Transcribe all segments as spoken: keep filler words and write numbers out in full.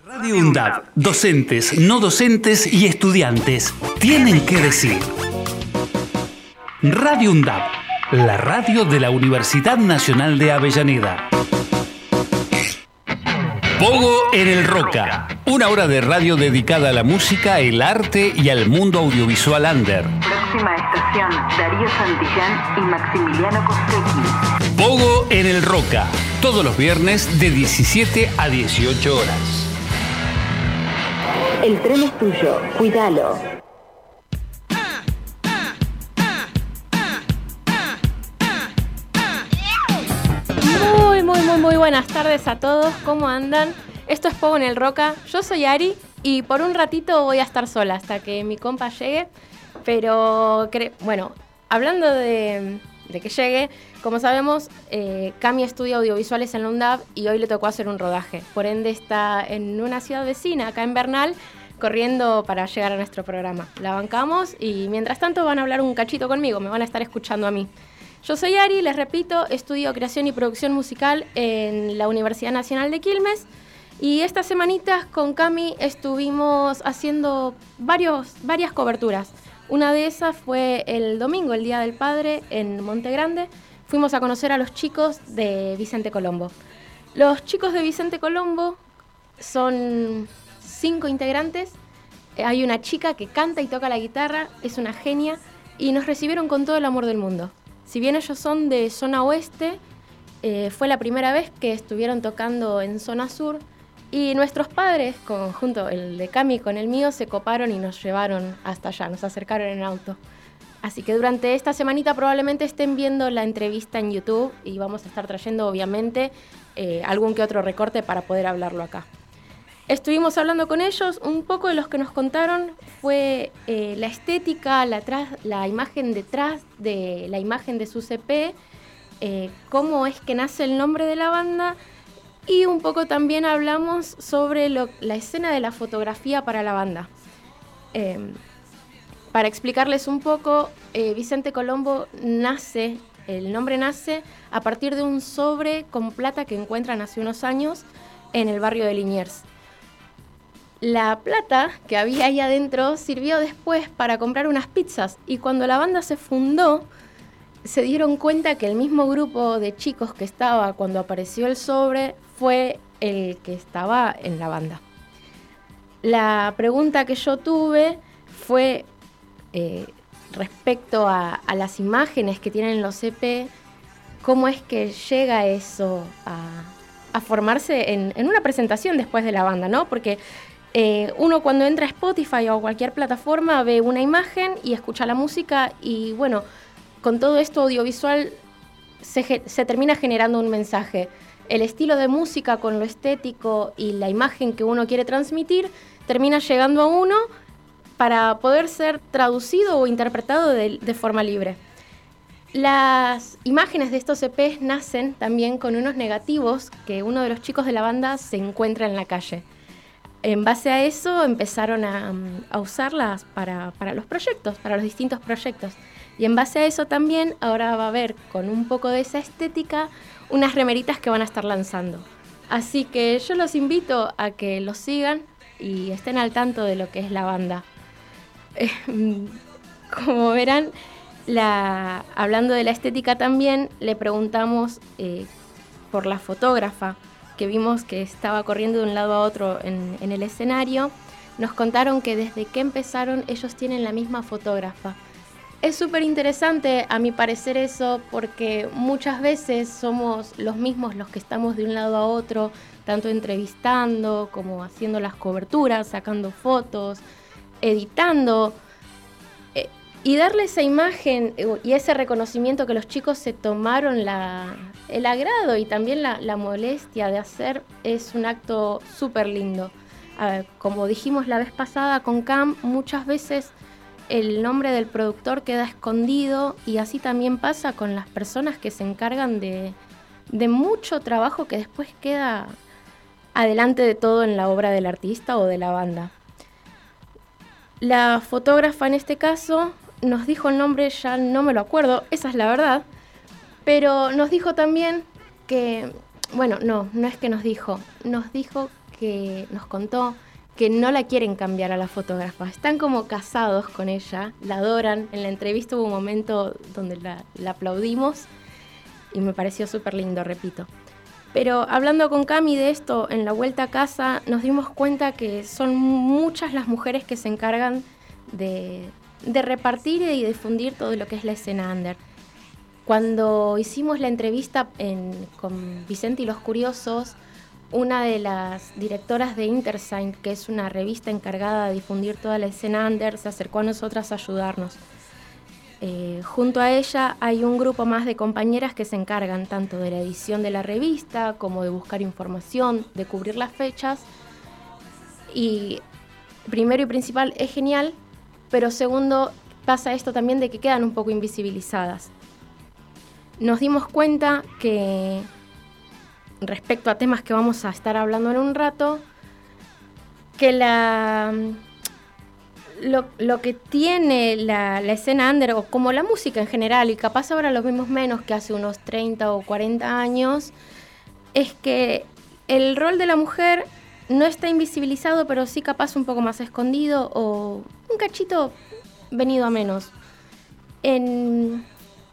Radio UNDAV, docentes, no docentes y estudiantes tienen que decir. Radio UNDAV, la radio de la Universidad Nacional de Avellaneda. Pogo en el Roca, una hora de radio dedicada a la música, el arte y al mundo audiovisual under. Próxima estación, Darío Santillán y Maximiliano Costecchi. Pogo en el Roca, todos los viernes de diecisiete a dieciocho horas. El tren es tuyo, cuídalo. Muy, muy, muy, muy buenas tardes a todos. ¿Cómo andan? Esto es Pogo en el Roca. Yo soy Ari y por un ratito voy a estar sola hasta que mi compa llegue. Pero, cre- bueno, hablando de, de que llegue, como sabemos, eh, Cami estudia audiovisuales en la UNDAV y hoy le tocó hacer un rodaje. Por ende está en una ciudad vecina, acá en Bernal, corriendo para llegar a nuestro programa. La bancamos y mientras tanto van a hablar un cachito conmigo, me van a estar escuchando a mí. Yo soy Ari, les repito, estudio creación y producción musical en la Universidad Nacional de Quilmes y estas semanitas con Cami estuvimos haciendo varios, varias coberturas. Una de esas fue el domingo, el Día del Padre, en Monte Grande. Fuimos a conocer a los chicos de Vicente Colombo. Los chicos de Vicente Colombo son cinco integrantes. Hay una chica que canta y toca la guitarra, es una genia, y nos recibieron con todo el amor del mundo. Si bien ellos son de zona oeste, eh, fue la primera vez que estuvieron tocando en zona sur, y nuestros padres, conjunto, el de Cami con el mío, se coparon y nos llevaron hasta allá, nos acercaron en auto. Así que durante esta semanita probablemente estén viendo la entrevista en YouTube y vamos a estar trayendo, obviamente, eh, algún que otro recorte para poder hablarlo acá. Estuvimos hablando con ellos, un poco de los que nos contaron fue eh, la estética, la, tras, la imagen detrás de la imagen de su C P, eh, cómo es que nace el nombre de la banda y un poco también hablamos sobre lo, la escena de la fotografía para la banda. Eh, para explicarles un poco, eh, Vicente Colombo nace, el nombre nace a partir de un sobre con plata que encuentran hace unos años en el barrio de Liniers. La plata que había ahí adentro sirvió después para comprar unas pizzas y cuando la banda se fundó se dieron cuenta que el mismo grupo de chicos que estaba cuando apareció el sobre fue el que estaba en la banda. La pregunta que yo tuve fue eh, respecto a, a las imágenes que tienen los E P, cómo es que llega eso a, a formarse en, en una presentación después de la banda, ¿no? Porque Eh, uno cuando entra a Spotify o a cualquier plataforma ve una imagen y escucha la música y bueno, con todo esto audiovisual se, se termina generando un mensaje. El estilo de música con lo estético y la imagen que uno quiere transmitir termina llegando a uno para poder ser traducido o interpretado de, de forma libre. Las imágenes de estos E Pes nacen también con unos negativos que uno de los chicos de la banda se encuentra en la calle. En base a eso empezaron a, a usarlas para, para los proyectos, para los distintos proyectos. Y en base a eso también ahora va a haber, con un poco de esa estética, unas remeritas que van a estar lanzando. Así que yo los invito a que los sigan y estén al tanto de lo que es la banda. Eh, como verán, la, hablando de la estética también, le preguntamos eh, por la fotógrafa, que vimos que estaba corriendo de un lado a otro en, en el escenario. Nos contaron que desde que empezaron ellos tienen la misma fotógrafa. Es súper interesante a mi parecer eso porque muchas veces somos los mismos los que estamos de un lado a otro, tanto entrevistando como haciendo las coberturas, sacando fotos, editando. Eh, y darle esa imagen y ese reconocimiento que los chicos se tomaron la, el agrado y también la, la molestia de hacer es un acto súper lindo. Uh, como dijimos la vez pasada con Cam, muchas veces el nombre del productor queda escondido y así también pasa con las personas que se encargan de, de mucho trabajo que después queda adelante de todo en la obra del artista o de la banda. La fotógrafa en este caso nos dijo el nombre, ya no me lo acuerdo, esa es la verdad, pero nos dijo también que, bueno, no, no es que nos dijo, nos dijo que nos contó que no la quieren cambiar a la fotógrafa. Están como casados con ella, la adoran. En la entrevista hubo un momento donde la, la aplaudimos y me pareció súper lindo, repito. Pero hablando con Cami de esto, en la vuelta a casa nos dimos cuenta que son muchas las mujeres que se encargan de, de repartir y de difundir todo lo que es la escena under. Cuando hicimos la entrevista en, con Vicente y los Curiosos, una de las directoras de Intersign, que es una revista encargada de difundir toda la escena under, se acercó a nosotras a ayudarnos. Eh, junto a ella hay un grupo más de compañeras que se encargan tanto de la edición de la revista como de buscar información, de cubrir las fechas. Y primero y principal es genial, pero segundo pasa esto también de que quedan un poco invisibilizadas. Nos dimos cuenta que respecto a temas que vamos a estar hablando en un rato, que la, lo, lo que tiene la, la escena under, o como la música en general, y capaz ahora lo vemos menos que hace unos treinta o cuarenta años, es que el rol de la mujer no está invisibilizado, pero sí capaz un poco más escondido o un cachito venido a menos. En...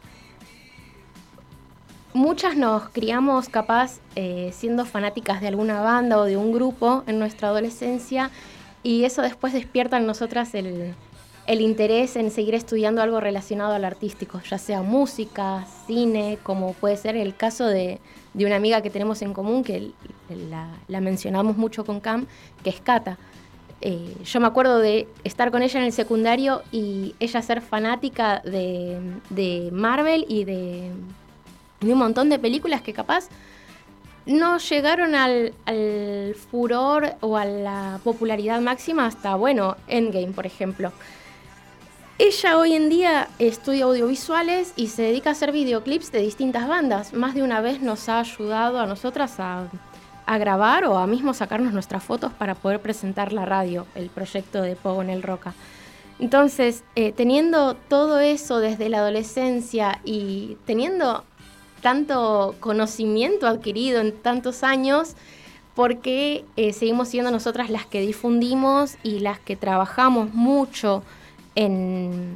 Muchas nos criamos capaz eh, siendo fanáticas de alguna banda o de un grupo en nuestra adolescencia, y eso después despierta en nosotras el, el interés en seguir estudiando algo relacionado al artístico, ya sea música, cine, como puede ser el caso de, de una amiga que tenemos en común, que la, la mencionamos mucho con Cam, que es Cata. Eh, yo me acuerdo de estar con ella en el secundario y ella ser fanática de, de Marvel y de... de un montón de películas que capaz no llegaron al, al furor o a la popularidad máxima hasta, bueno, Endgame, por ejemplo. Ella hoy en día estudia audiovisuales y se dedica a hacer videoclips de distintas bandas. Más de una vez nos ha ayudado a nosotras a, a grabar o a mismo sacarnos nuestras fotos para poder presentar la radio, el proyecto de Pogo en el Roca. Entonces, eh, teniendo todo eso desde la adolescencia y teniendo tanto conocimiento adquirido en tantos años, porque eh, seguimos siendo nosotras las que difundimos y las que trabajamos mucho en,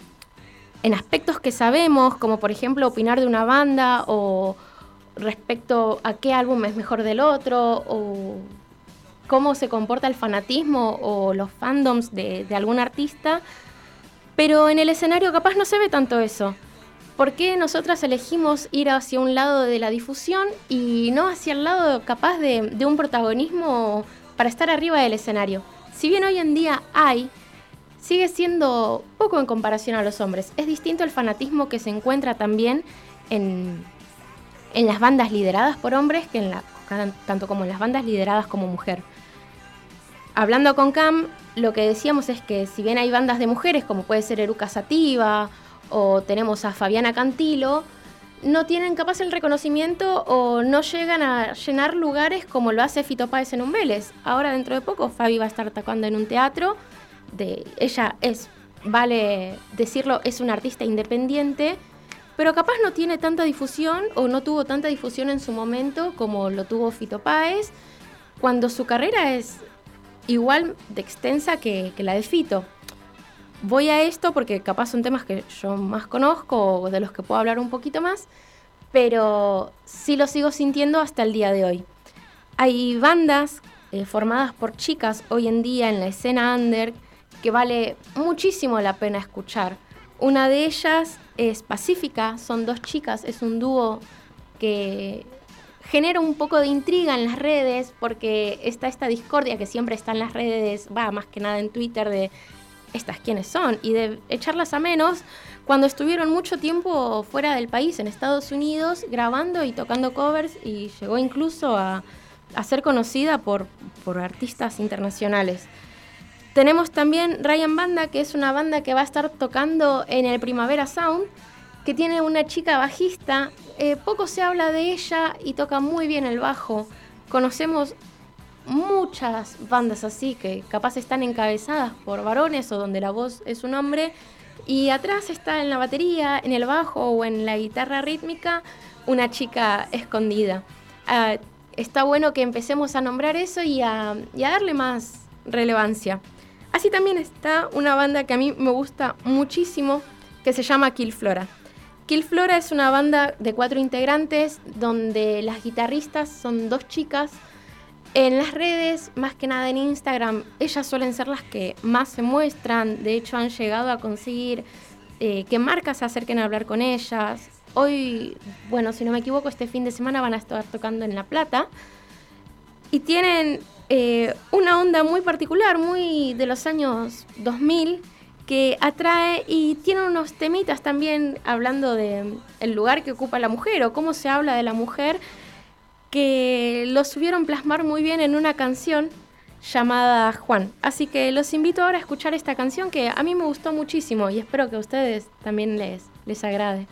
en aspectos que sabemos, como por ejemplo opinar de una banda o respecto a qué álbum es mejor del otro, o cómo se comporta el fanatismo o los fandoms de, de algún artista, pero en el escenario capaz no se ve tanto eso. ¿Por qué nosotras elegimos ir hacia un lado de la difusión y no hacia el lado capaz de, de un protagonismo para estar arriba del escenario? Si bien hoy en día hay, sigue siendo poco en comparación a los hombres. Es distinto el fanatismo que se encuentra también en, en las bandas lideradas por hombres, que en la, tanto como en las bandas lideradas como mujer. Hablando con Cam, lo que decíamos es que si bien hay bandas de mujeres, como puede ser Eruca Sativa, o tenemos a Fabiana Cantilo, no tienen capaz el reconocimiento o no llegan a llenar lugares como lo hace Fito Páez en Umbeles. Ahora dentro de poco Fabi va a estar tocando en un teatro. De, ella es, vale decirlo, es una artista independiente, pero capaz no tiene tanta difusión o no tuvo tanta difusión en su momento como lo tuvo Fito Páez, cuando su carrera es igual de extensa que, que la de Fito. Voy a esto porque capaz son temas que yo más conozco o de los que puedo hablar un poquito más, pero sí lo sigo sintiendo hasta el día de hoy. Hay bandas eh, formadas por chicas hoy en día en la escena under que vale muchísimo la pena escuchar. Una de ellas es Pacífica, son dos chicas, es un dúo que genera un poco de intriga en las redes porque está esta discordia que siempre está en las redes, va más que nada en Twitter, de estas quiénes son, y de echarlas a menos cuando estuvieron mucho tiempo fuera del país, en Estados Unidos, grabando y tocando covers, y llegó incluso a, a ser conocida por, por artistas internacionales. Tenemos también Ryan Banda, que es una banda que va a estar tocando en el Primavera Sound, que tiene una chica bajista, eh, poco se habla de ella y toca muy bien el bajo. Conocemos muchas bandas así que capaz están encabezadas por varones o donde la voz es un hombre y atrás está en la batería, en el bajo o en la guitarra rítmica una chica escondida. Uh, está bueno que empecemos a nombrar eso y a, y a darle más relevancia. Así también está una banda que a mí me gusta muchísimo, que se llama Kill Flora. Kill Flora es una banda de cuatro integrantes, donde las guitarristas son dos chicas. En las redes, más que nada en Instagram, ellas suelen ser las que más se muestran. De hecho, han llegado a conseguir eh, que marcas se acerquen a hablar con ellas. Hoy, bueno, si no me equivoco, este fin de semana van a estar tocando en La Plata. Y tienen eh, una onda muy particular, muy de los años dos mil, que atrae, y tienen unos temitas también hablando de el lugar que ocupa la mujer o cómo se habla de la mujer, que lo supieron plasmar muy bien en una canción llamada Juan. Así que los invito ahora a escuchar esta canción que a mí me gustó muchísimo y espero que a ustedes también les, les agrade.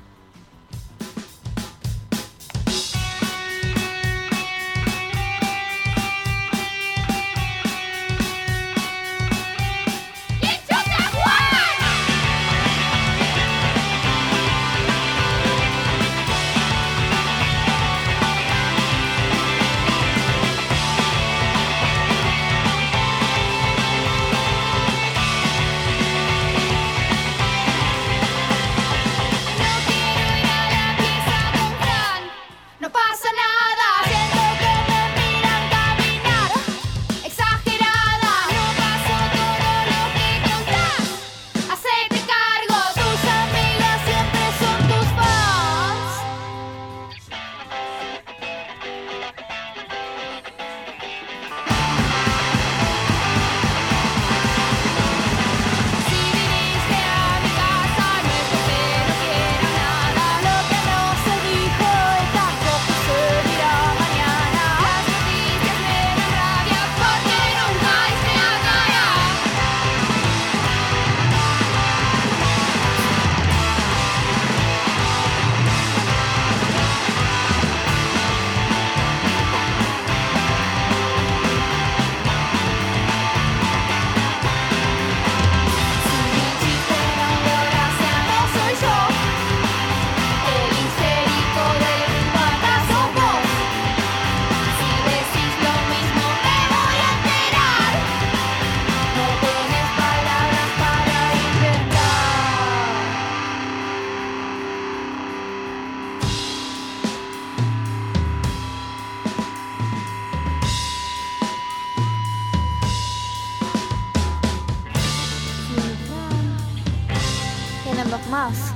más.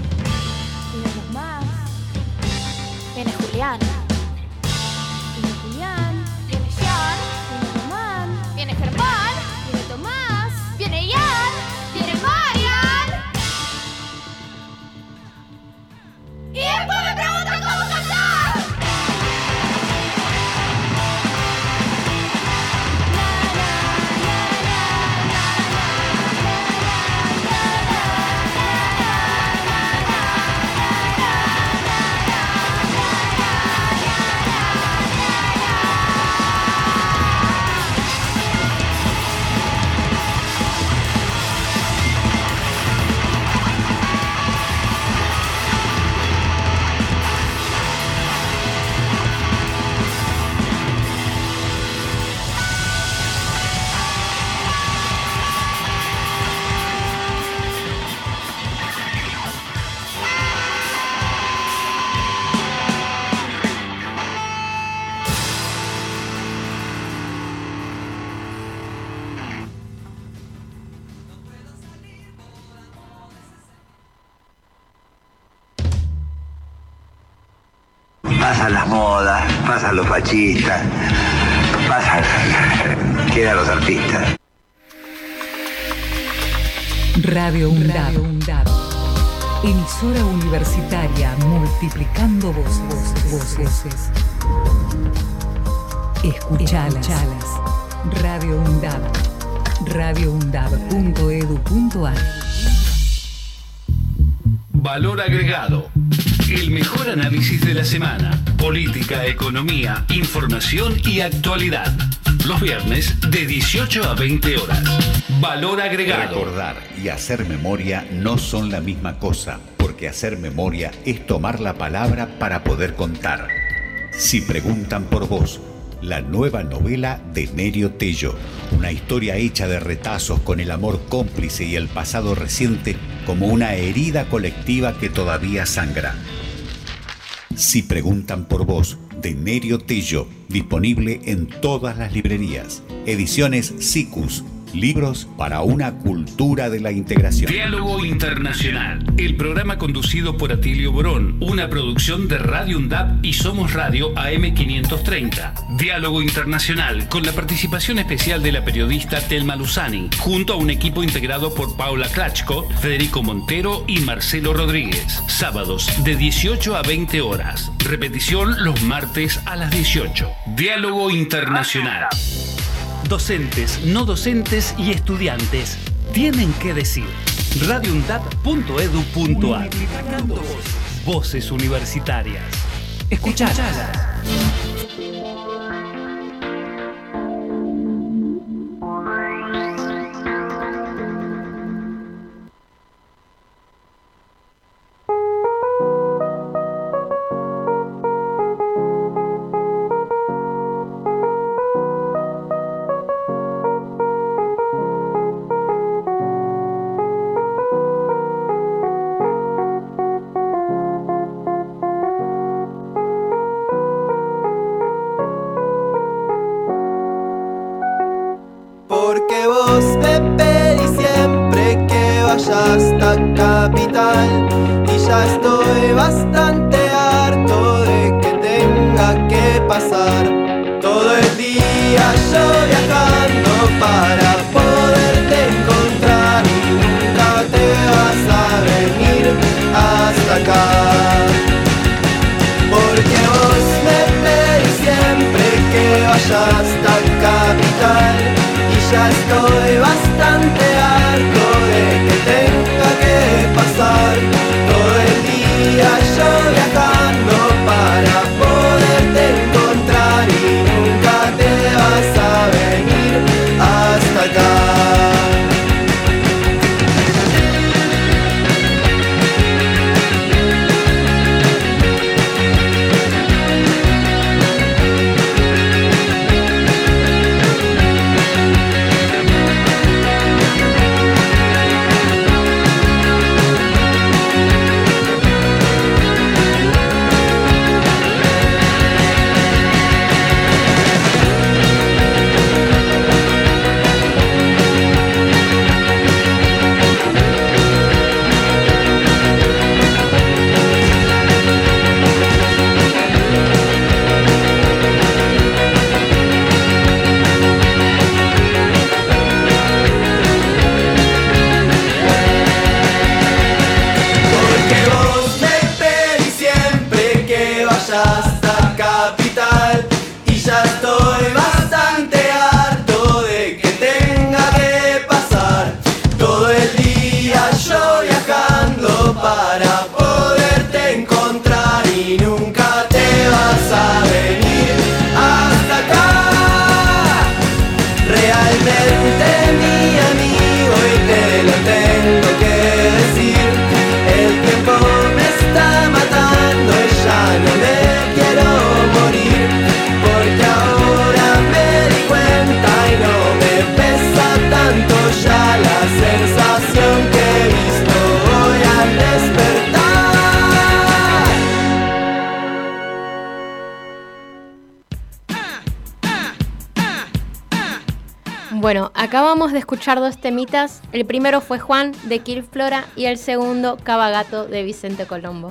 Vienen los más. Viene Julián. Viene Julián. Viene Jan. Viene Román. Viene Germán. Viene Tomás. Viene Ian. Viene Marian. Y después me preguntan cómo cantar. Pasan las modas, pasan los fascistas, pasan, quedan los artistas. Radio UNDAB, emisora universitaria multiplicando voces, voces. Escuchalas. Radio UNDAB, radio undab punto edu punto ar. Valor agregado. El mejor análisis de la semana. Política, economía, información y actualidad. Los viernes de dieciocho a veinte horas. Valor agregado. Recordar y hacer memoria no son la misma cosa, porque hacer memoria es tomar la palabra para poder contar. Si preguntan por vos, la nueva novela de Nerio Tello, una historia hecha de retazos con el amor cómplice y el pasado reciente como una herida colectiva que todavía sangra. Si preguntan por vos, de Nerio Tello, disponible en todas las librerías. Ediciones Sicus, libros para una cultura de la integración. Diálogo Internacional, el programa conducido por Atilio Borón, una producción de Radio UNDAB y Somos Radio A M quinientos treinta. Diálogo Internacional, con la participación especial de la periodista Telma Luzani, junto a un equipo integrado por Paula Klachko, Federico Montero y Marcelo Rodríguez. Sábados de dieciocho a veinte horas. Repetición los martes a las dieciocho. Diálogo Internacional. Docentes, no docentes y estudiantes tienen que decir. radio undab punto edu punto ar. Voces universitarias. Escuchalas. Hasta capital y ya estoy bastante harto de que tenga que pasar todo el día yo viajando para poderte encontrar y nunca te vas a venir hasta acá, porque vos me pedís siempre que vaya hasta capital y ya estoy bastante harto de que tenga que pasar todo el día yo viajando para poderte encontrar y nunca te vas a venir hasta acá. Bueno, acabamos de escuchar dos temitas. El primero fue Juan de Kill Flora y el segundo Cavagato de Vicente Colombo.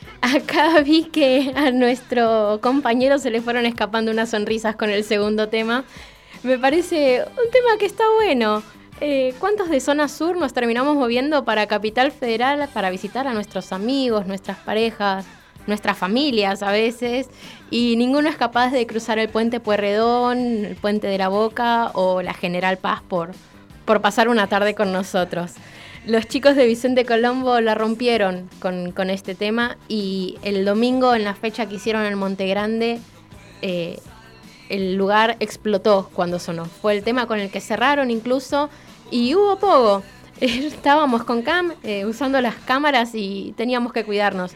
Acá vi que a nuestro compañero se le fueron escapando unas sonrisas con el segundo tema. Me parece un tema que está bueno. Eh, ¿Cuántos de zona sur nos terminamos moviendo para Capital Federal para visitar a nuestros amigos, nuestras parejas, nuestras familias a veces? Y ninguno es capaz de cruzar el puente Pueyrredón, el puente de la Boca o la General Paz por, por pasar una tarde con nosotros. Los chicos de Vicente Colombo la rompieron con, con este tema y el domingo en la fecha que hicieron en Monte Grande eh, el lugar explotó cuando sonó. Fue el tema con el que cerraron incluso y hubo poco. Estábamos con Cam eh, usando las cámaras y teníamos que cuidarnos.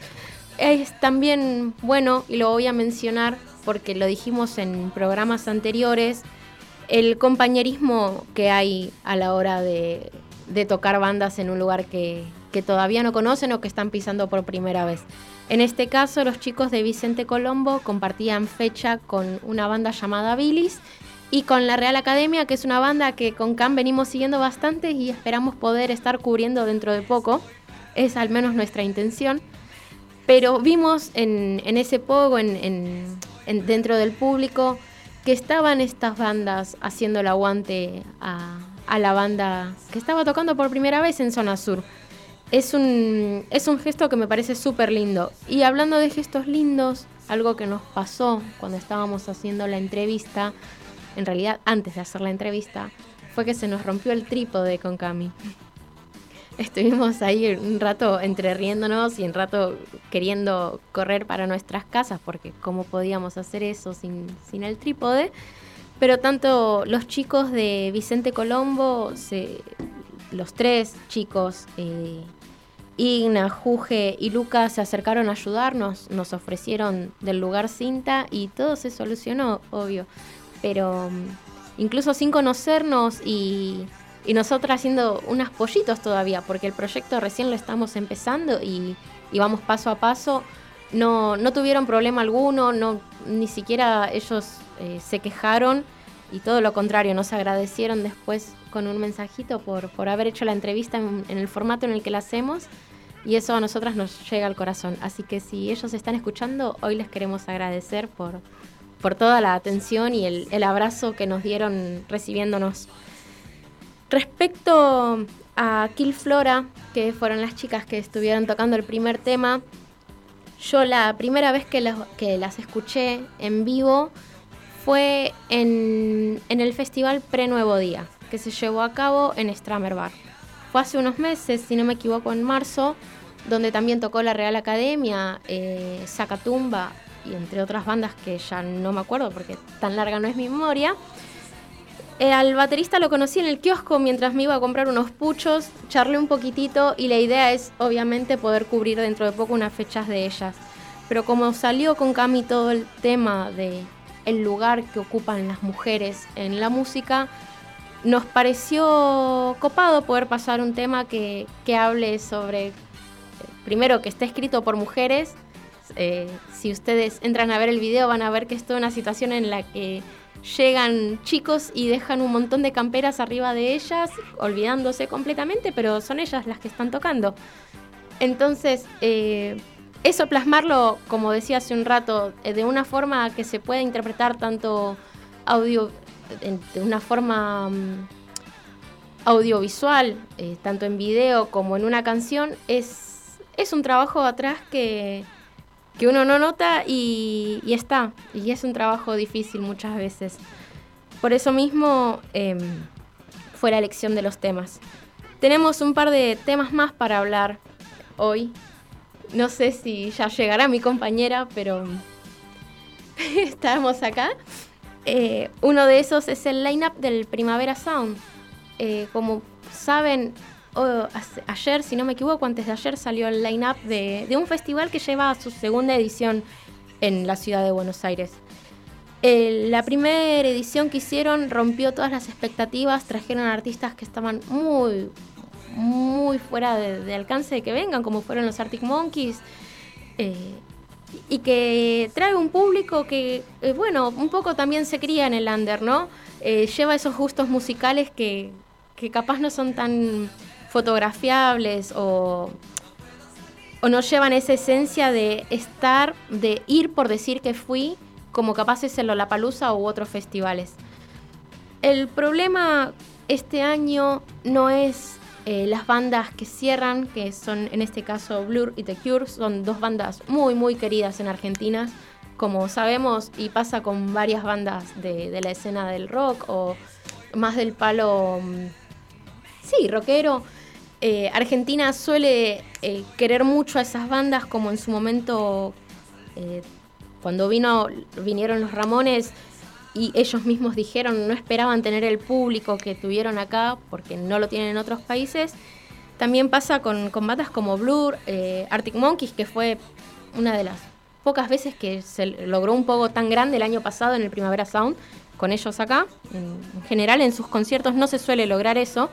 es también bueno, y lo voy a mencionar porque lo dijimos en programas anteriores, el compañerismo que hay a la hora de, de tocar bandas en un lugar que, que todavía no conocen o que están pisando por primera vez. En este caso, los chicos de Vicente Colombo compartían fecha con una banda llamada Bilis y con la Real Academia, que es una banda que con Cam venimos siguiendo bastante y esperamos poder estar cubriendo dentro de poco. Es al menos nuestra intención. Pero vimos en, en ese pogo, en, en, en, dentro del público, que estaban estas bandas haciendo el aguante a, a la banda que estaba tocando por primera vez en Zona Sur. Es un, es un gesto que me parece súper lindo. Y hablando de gestos lindos, algo que nos pasó cuando estábamos haciendo la entrevista, en realidad antes de hacer la entrevista, fue que se nos rompió el trípode con Cami. Estuvimos ahí un rato entre riéndonos y un rato queriendo correr para nuestras casas, porque cómo podíamos hacer eso sin, sin el trípode. Pero tanto los chicos de Vicente Colombo, se, los tres chicos, eh, Igna, Juge y Lucas, se acercaron a ayudarnos, nos ofrecieron del lugar cinta y todo se solucionó, obvio. Pero incluso sin conocernos y... Y nosotras haciendo unos pollitos todavía, porque el proyecto recién lo estamos empezando y, y vamos paso a paso. No, no tuvieron problema alguno, no, ni siquiera ellos eh, se quejaron y todo lo contrario, nos agradecieron después con un mensajito por, por haber hecho la entrevista en, en el formato en el que la hacemos y eso a nosotras nos llega al corazón. Así que si ellos están escuchando, hoy les queremos agradecer por, por toda la atención y el, el abrazo que nos dieron recibiéndonos. Respecto a Kill Flora, que fueron las chicas que estuvieron tocando el primer tema, yo la primera vez que, las, que las escuché en vivo fue en, en el festival Pre-Nuevo Día, que se llevó a cabo en Stramer Bar. Fue hace unos meses, si no me equivoco, en marzo, donde también tocó la Real Academia, eh, Zacatumba y entre otras bandas que ya no me acuerdo porque tan larga no es mi memoria. Al baterista lo conocí en el kiosco mientras me iba a comprar unos puchos, charlé un poquitito y la idea es obviamente poder cubrir dentro de poco unas fechas de ellas. Pero como salió con Cami todo el tema de el lugar que ocupan las mujeres en la música, nos pareció copado poder pasar un tema que, que hable sobre, primero que esté escrito por mujeres. Eh, si ustedes entran a ver el video van a ver que es toda una situación en la que llegan chicos y dejan un montón de camperas arriba de ellas, olvidándose completamente, pero son ellas las que están tocando. Entonces, eh, eso plasmarlo, como decía hace un rato, eh, de una forma que se pueda interpretar tanto audio, de, de una forma um, audiovisual, eh, tanto en video como en una canción, es, es un trabajo atrás que... que uno no nota y, y está, y es un trabajo difícil muchas veces. Por eso mismo eh, fue la elección de los temas. Tenemos un par de temas más para hablar hoy. No sé si ya llegará mi compañera, pero estamos acá. Eh, uno de esos es el line-up del Primavera Sound. Eh, como saben... Oh, ayer, si no me equivoco, antes de ayer salió el line-up de, de un festival que lleva su segunda edición en la ciudad de Buenos Aires. Eh, la primera edición que hicieron rompió todas las expectativas, trajeron artistas que estaban muy, muy fuera de, de alcance de que vengan, como fueron los Arctic Monkeys, eh, y que trae un público que, eh, bueno, un poco también se cría en el under, ¿no? Eh, lleva esos gustos musicales que, que capaz no son tan fotografiables o, o no llevan esa esencia de estar, de ir por decir que fui, como capaz es el Lollapalooza u otros festivales. El problema este año no es eh, las bandas que cierran, que son en este caso Blur y The Cure, son dos bandas muy muy queridas en Argentina, como sabemos, y pasa con varias bandas de, de la escena del rock o más del palo, sí, rockero. Eh, Argentina suele eh, querer mucho a esas bandas, como en su momento eh, cuando vino vinieron los Ramones y ellos mismos dijeron no esperaban tener el público que tuvieron acá porque no lo tienen en otros países. También pasa con, con bandas como Blur, eh, Arctic Monkeys, que fue una de las pocas veces que se logró un pogo tan grande el año pasado en el Primavera Sound, con ellos acá. En general en sus conciertos no se suele lograr eso.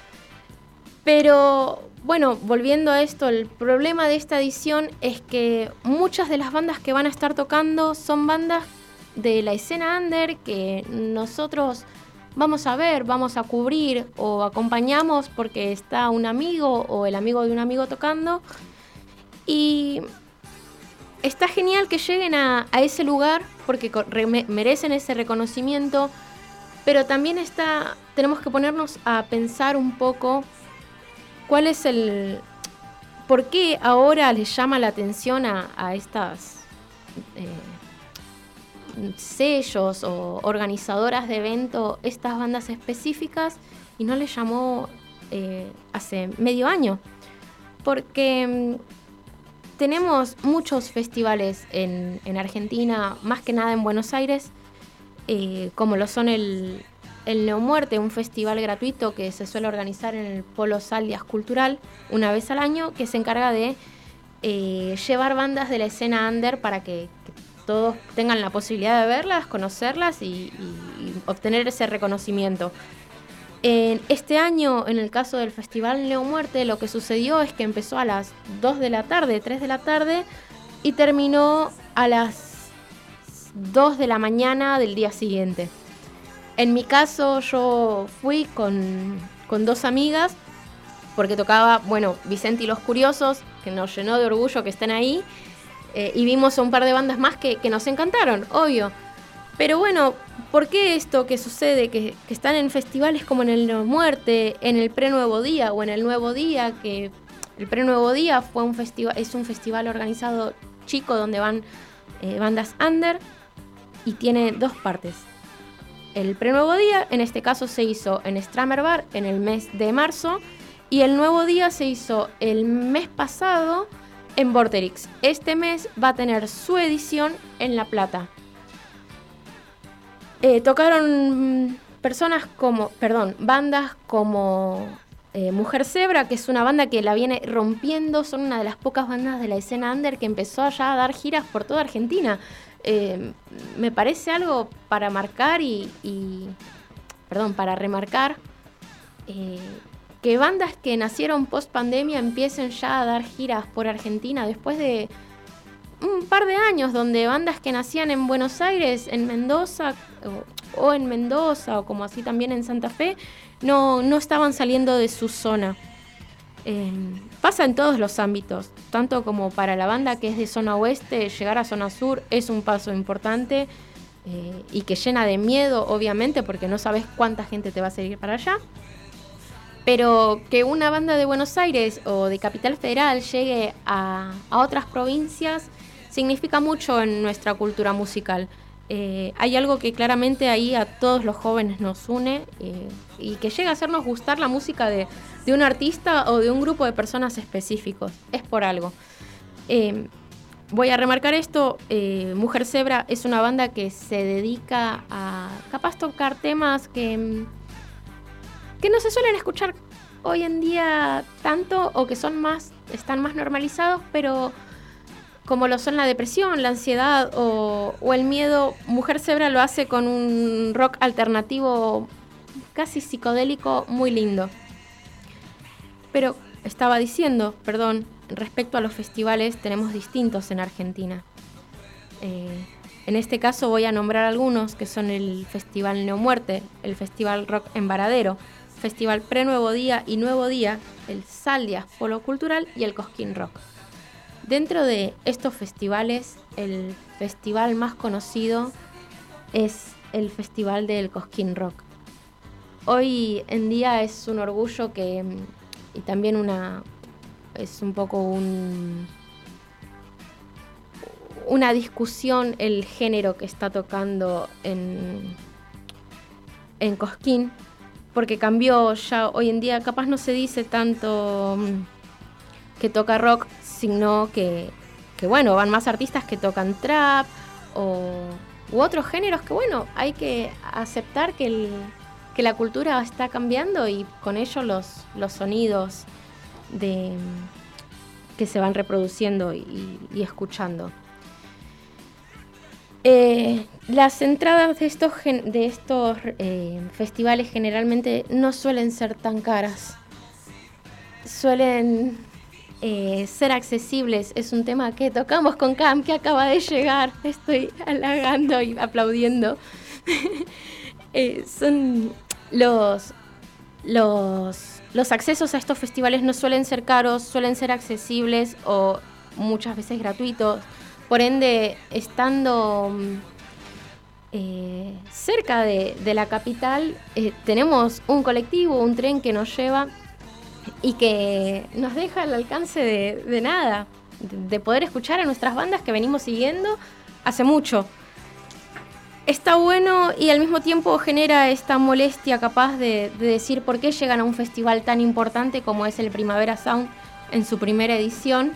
Pero bueno, volviendo a esto, el problema de esta edición es que muchas de las bandas que van a estar tocando son bandas de la escena under que nosotros vamos a ver, vamos a cubrir o acompañamos porque está un amigo o el amigo de un amigo tocando. Y está genial que lleguen a, a ese lugar porque re- merecen ese reconocimiento, pero también está, tenemos que ponernos a pensar un poco cuál es el... ¿Por qué ahora les llama la atención a, a estas eh, sellos o organizadoras de evento, estas bandas específicas, y no les llamó eh, hace medio año? Porque tenemos muchos festivales en, en Argentina, más que nada en Buenos Aires, eh, como lo son el, el Neomuerte, un festival gratuito que se suele organizar en el Polo Saldias Cultural una vez al año, que se encarga de eh, llevar bandas de la escena under para que, que todos tengan la posibilidad de verlas, conocerlas y, y, y obtener ese reconocimiento. En este año, en el caso del Festival Neomuerte, lo que sucedió es que empezó a las dos de la tarde, tres de la tarde, y terminó a las dos de la mañana del día siguiente. En mi caso, yo fui con, con dos amigas, porque tocaba, bueno, Vicente y los Curiosos, que nos llenó de orgullo que estén ahí, eh, y vimos a un par de bandas más que, que nos encantaron, obvio. Pero bueno, ¿por qué esto que sucede? Que, que están en festivales como en el Neomuerte, en el Pre-Nuevo Día o en el Nuevo Día, que el Pre-Nuevo Día fue un festival, es un festival organizado chico donde van eh, bandas under y tiene dos partes. El Pre-Nuevo Día, en este caso, se hizo en Stramer Bar en el mes de marzo, y el Nuevo Día se hizo el mes pasado en Vorterix. Este mes va a tener su edición en La Plata. Eh, tocaron personas como, perdón, bandas como eh, Mujer Zebra, que es una banda que la viene rompiendo, son una de las pocas bandas de la escena under que empezó ya a dar giras por toda Argentina. Eh, me parece algo para marcar y, y perdón, para remarcar, eh, que bandas que nacieron post pandemia empiecen ya a dar giras por Argentina después de un par de años donde bandas que nacían en Buenos Aires, en Mendoza o, o en Mendoza o como así también en Santa Fe, no, no estaban saliendo de su zona. Eh, pasa en todos los ámbitos, tanto como para la banda que es de zona oeste, llegar a zona sur es un paso importante eh, y que llena de miedo, obviamente, porque no sabes cuánta gente te va a seguir para allá. Pero que una banda de Buenos Aires o de Capital Federal llegue a, a otras provincias significa mucho en nuestra cultura musical. Eh, hay algo que claramente ahí a todos los jóvenes nos une eh, y que llega a hacernos gustar la música de, de un artista o de un grupo de personas específicos. Es por algo. Eh, voy a remarcar esto. eh, Mujer Zebra es una banda que se dedica a capaz tocar temas que... que no se suelen escuchar hoy en día tanto o que son más, están más normalizados, pero como lo son la depresión, la ansiedad o, o el miedo, Mujer Zebra lo hace con un rock alternativo casi psicodélico muy lindo. Pero estaba diciendo, perdón, respecto a los festivales tenemos distintos en Argentina. Eh, en este caso voy a nombrar algunos que son el Festival Neomuerte, el Festival Rock en Varadero, Festival Pre-Nuevo Día y Nuevo Día, el Saldias Polo Cultural y el Cosquín Rock. Dentro de estos festivales, el festival más conocido es el Festival del Cosquín Rock. Hoy en día es un orgullo que, y también una, es un poco un, una discusión el género que está tocando en, en Cosquín, porque cambió ya hoy en día, capaz no se dice tanto que toca rock, sino que, que bueno, van más artistas que tocan trap o, u otros géneros que bueno, hay que aceptar que, el, que la cultura está cambiando y con ello los, los sonidos de, que se van reproduciendo y, y escuchando. Eh, las entradas de estos, de estos eh, festivales generalmente no suelen ser tan caras. Suelen eh, ser accesibles. Es un tema que tocamos con Cam, que acaba de llegar. Estoy halagando y aplaudiendo. eh, son los, los, los accesos a estos festivales no suelen ser caros, suelen ser accesibles o muchas veces gratuitos. Por ende, estando eh, cerca de, de la capital, eh, tenemos un colectivo, un tren que nos lleva y que nos deja al alcance de, de nada, de, de poder escuchar a nuestras bandas que venimos siguiendo hace mucho. Está bueno y al mismo tiempo genera esta molestia capaz de, de decir por qué llegan a un festival tan importante como es el Primavera Sound en su primera edición,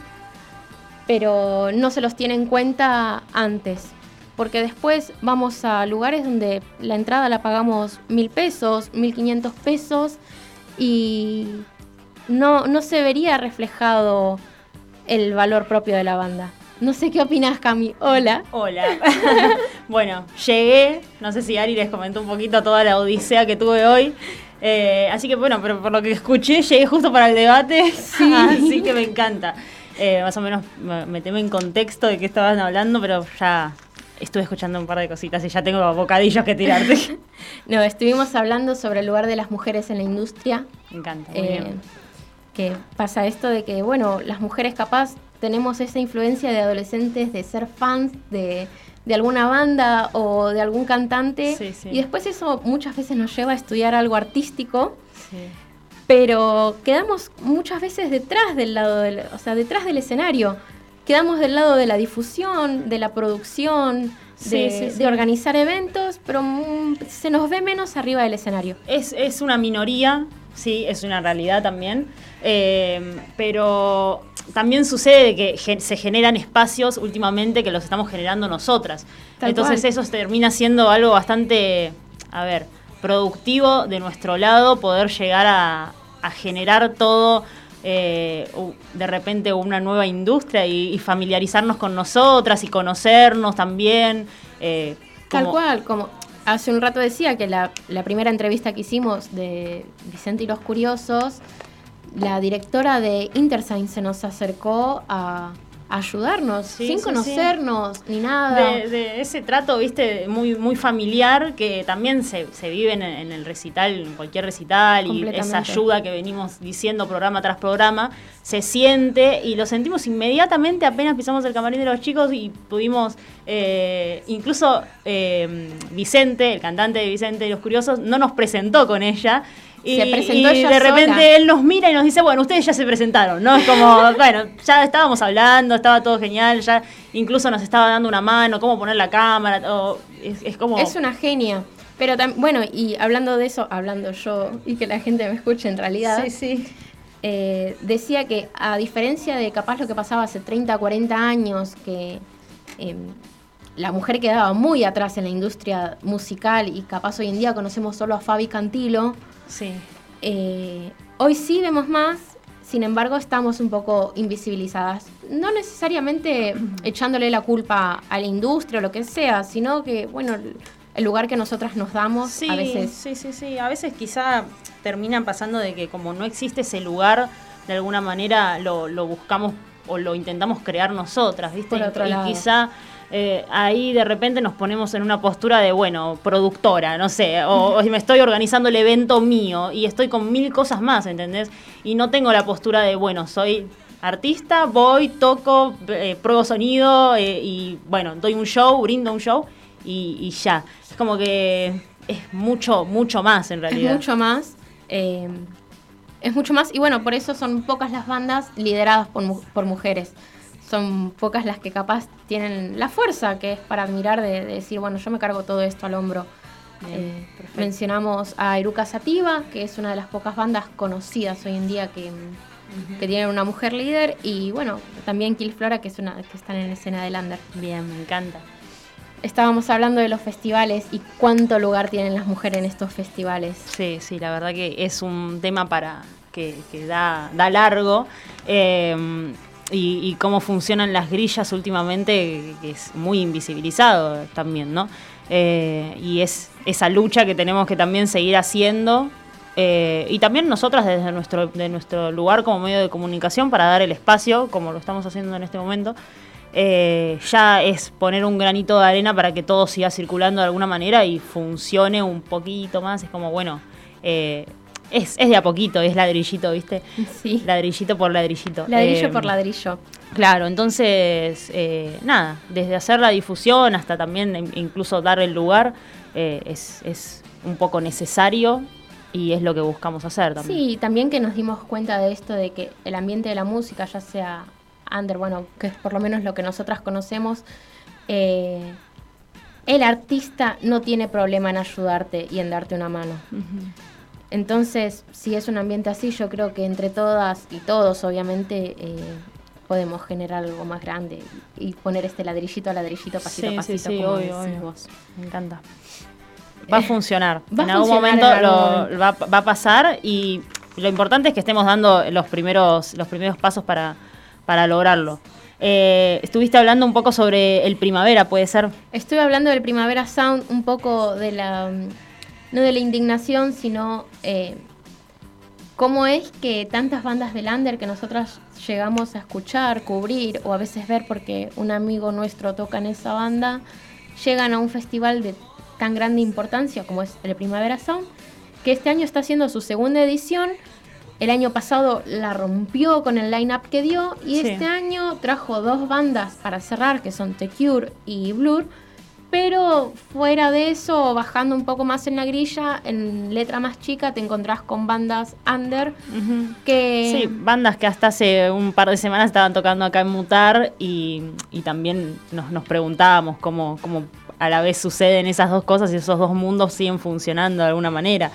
pero no se los tiene en cuenta antes, porque después vamos a lugares donde la entrada la pagamos mil pesos, mil quinientos pesos y no, no se vería reflejado el valor propio de la banda. No sé qué opinás, Cami. Hola. Hola. Bueno, llegué, no sé si Ari les comentó un poquito toda la odisea que tuve hoy. Eh, así que bueno, pero por lo que escuché, llegué justo para el debate, sí. Así que me encanta. Eh, más o menos meteme en contexto de qué estaban hablando, pero ya estuve escuchando un par de cositas y ya tengo bocadillos que tirarte. No, estuvimos hablando sobre el lugar de las mujeres en la industria. Me encanta. Muy eh, bien. Que pasa esto de que, bueno, las mujeres capaz tenemos esa influencia de adolescentes de ser fans de, de alguna banda o de algún cantante. Sí, sí. Y después eso muchas veces nos lleva a estudiar algo artístico. Sí. Pero quedamos muchas veces detrás del lado del, o sea, detrás del escenario. Quedamos del lado de la difusión, de la producción, sí, de, sí, sí. de organizar eventos, pero mm, se nos ve menos arriba del escenario. Es, es una minoría, sí, es una realidad también, eh, pero también sucede que gen- se generan espacios últimamente que los estamos generando nosotras. Tal Entonces cual. eso termina siendo algo bastante, a ver, productivo de nuestro lado, poder llegar a, a generar todo, eh, de repente una nueva industria y, y familiarizarnos con nosotras y conocernos también. Eh, Tal como, cual, como hace un rato decía que la, la primera entrevista que hicimos de Vicente y los Curiosos, la directora de Intersign se nos acercó a, a ayudarnos, Sí, sin sí, conocernos sí. ni nada. De, de ese trato, viste, muy, muy familiar que también se, se vive en, en el recital, en cualquier recital, y esa ayuda que venimos diciendo programa tras programa, se siente y lo sentimos inmediatamente apenas pisamos el camarín de los chicos y pudimos, eh, incluso eh, Vicente, el cantante de Vicente y los Curiosos, no nos presentó con ella. Y, se presentó y ella de repente sola. él nos mira y nos dice, bueno, ustedes ya se presentaron, ¿no? Es como, bueno, ya estábamos hablando, estaba todo genial, ya incluso nos estaba dando una mano, cómo poner la cámara, o, es, es como... Es una genia. Pero tam- bueno, y hablando de eso, hablando yo y que la gente me escuche en realidad, Sí, sí. eh, decía que a diferencia de capaz lo que pasaba hace treinta, cuarenta años, que eh, la mujer quedaba muy atrás en la industria musical y capaz hoy en día conocemos solo a Fabi Cantilo, Sí. eh, hoy sí vemos más, sin embargo estamos un poco invisibilizadas. No necesariamente echándole la culpa a la industria o lo que sea, sino que, bueno, el lugar que nosotras nos damos Sí, a veces... sí, sí, sí. A veces quizá terminan pasando de que como no existe ese lugar, de alguna manera lo, lo buscamos o lo intentamos crear nosotras, ¿viste? Por otro y lado. quizá eh, ahí de repente nos ponemos en una postura de, bueno, productora, no sé, o, o me estoy organizando el evento mío y estoy con mil cosas más, ¿entendés? Y no tengo la postura de, bueno, soy artista, voy, toco, eh, pruebo sonido eh, y, bueno, doy un show, brindo un show y, y ya. Es como que es mucho, mucho más en realidad. Es mucho más. Eh, es mucho más. Y bueno, por eso son pocas las bandas lideradas por, mu- por mujeres. Son pocas las que capaz tienen la fuerza que es para admirar de, de decir, bueno, yo me cargo todo esto al hombro. Bien, Eh, perfecto. mencionamos a Eruca Sativa, que es una de las pocas bandas conocidas hoy en día que, que tienen una mujer líder. Y bueno, también Kill Flora, que, es una, que están en la escena del under. Bien, me encanta. Estábamos hablando de los festivales y cuánto lugar tienen las mujeres en estos festivales. Sí, sí, la verdad que es un tema para que, que da, da largo. Eh, y, y cómo funcionan las grillas últimamente, que es muy invisibilizado también, ¿no? Eh, y es esa lucha que tenemos que también seguir haciendo, eh, y también nosotras desde nuestro, de nuestro lugar como medio de comunicación para dar el espacio, como lo estamos haciendo en este momento, eh, ya es poner un granito de arena para que todo siga circulando de alguna manera y funcione un poquito más. Es como, bueno, eh, es, es de a poquito, es ladrillito, ¿viste? Sí. Ladrillito por ladrillito. Ladrillo Eh, por ladrillo. Claro, entonces, eh, nada, desde hacer la difusión hasta también incluso dar el lugar, eh, es, es un poco necesario y es lo que buscamos hacer también. Sí, también que nos dimos cuenta de esto, de que el ambiente de la música, ya sea under, bueno, que es por lo menos lo que nosotras conocemos, eh, el artista no tiene problema en ayudarte y en darte una mano. Uh-huh. Entonces, si es un ambiente así, yo creo que entre todas y todos, obviamente, eh, podemos generar algo más grande y poner este ladrillito a ladrillito, pasito sí, a pasito, sí, sí, como obvio, decís obvio. vos. Me encanta. Va a funcionar. Va en a algún funcionar momento en algún lo, momento. Va, va a pasar y lo importante es que estemos dando los primeros, los primeros pasos para, para lograrlo. Eh, estuviste hablando un poco sobre el Primavera, ¿puede ser? Estoy hablando del Primavera Sound, un poco de la, no de la indignación, sino eh, cómo es que tantas bandas del under que nosotras llegamos a escuchar, cubrir o a veces ver porque un amigo nuestro toca en esa banda, llegan a un festival de tan grande importancia como es el Primavera Sound, que este año está haciendo su segunda edición. El año pasado la rompió con el line-up que dio y Sí. este año trajo dos bandas para cerrar, que son The Cure y Blur, pero fuera de eso, bajando un poco más en la grilla, en letra más chica te encontrás con bandas under Uh-huh. que... Sí, bandas que hasta hace un par de semanas estaban tocando acá en Mutar y, y también nos, nos preguntábamos cómo, cómo a la vez suceden esas dos cosas y esos dos mundos siguen funcionando de alguna manera.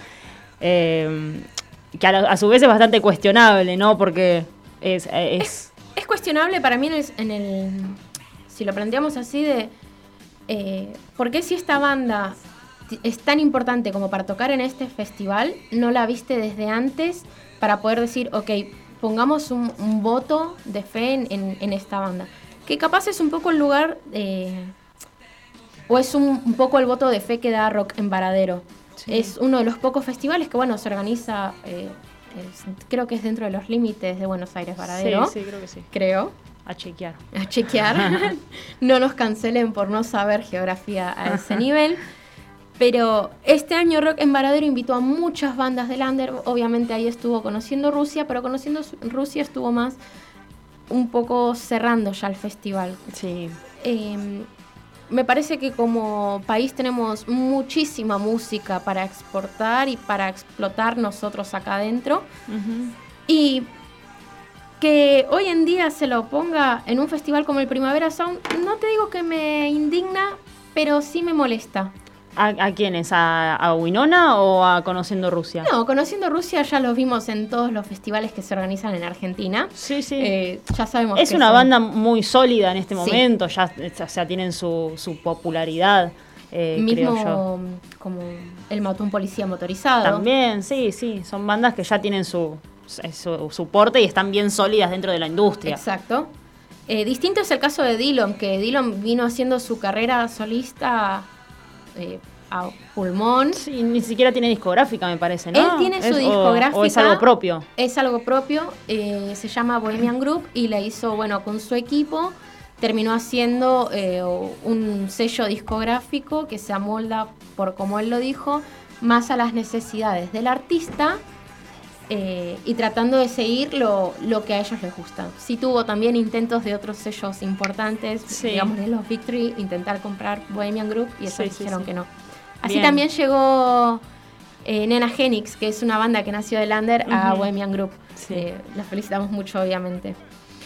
Eh, que a, la, a su vez es bastante cuestionable, ¿no? Porque es... es, es, es cuestionable para mí en el, en el... Si lo planteamos así de... Eh, ¿por qué si esta banda t- es tan importante como para tocar en este festival, no la viste desde antes para poder decir, ok, pongamos un, un voto de fe en, en, en esta banda? Que capaz es un poco el lugar, eh, o es un, un poco el voto de fe que da Rock en Varadero. Sí. Es uno de los pocos festivales que, bueno, se organiza, eh, es- creo que es dentro de los límites de Buenos Aires Varadero. Sí, sí, creo que sí. Creo. A chequear. A chequear. No nos cancelen por no saber geografía a ese nivel. Pero este año Rock en Varadero invitó a muchas bandas del under. Obviamente ahí estuvo Conociendo Rusia, pero Conociendo Rusia estuvo más un poco cerrando ya el festival. Sí. Eh, me parece que como país tenemos muchísima música para exportar y para explotar nosotros acá adentro. Uh-huh. Y que hoy en día se lo ponga en un festival como el Primavera Sound, no te digo que me indigna, pero sí me molesta. ¿A, a quiénes? ¿A, ¿A Winona o a Conociendo Rusia? No, Conociendo Rusia ya los vimos en todos los festivales que se organizan en Argentina. Sí, sí. Eh, ya sabemos es que una son- banda muy sólida en este Sí. momento, ya o sea, tienen su, su popularidad, eh, creo yo. mismo como El Mató a un Policía Motorizado. También, sí, sí, son bandas que ya tienen su, su soporte y están bien sólidas dentro de la industria. Exacto. Eh, distinto es el caso de Dillon, que Dillon vino haciendo su carrera solista eh, a pulmón. Sí, ni siquiera tiene discográfica, me parece, ¿no? Él tiene su Es- o- discográfica. O es algo propio. Es algo propio, eh, se llama Bohemian Group y la hizo, bueno, con su equipo. Terminó haciendo eh, un sello discográfico que se amolda, por como él lo dijo, más a las necesidades del artista eh, y tratando de seguir lo, lo que a ellos les gusta. Sí tuvo también intentos de otros sellos importantes, Sí. digamos, de los Victory, intentar comprar Bohemian Group y eso Sí, sí, dijeron sí. que no. Así Bien. también llegó eh, Nena Genix, que es una banda que nació del under, a Ujú. Bohemian Group. Sí. Eh, la felicitamos mucho, obviamente.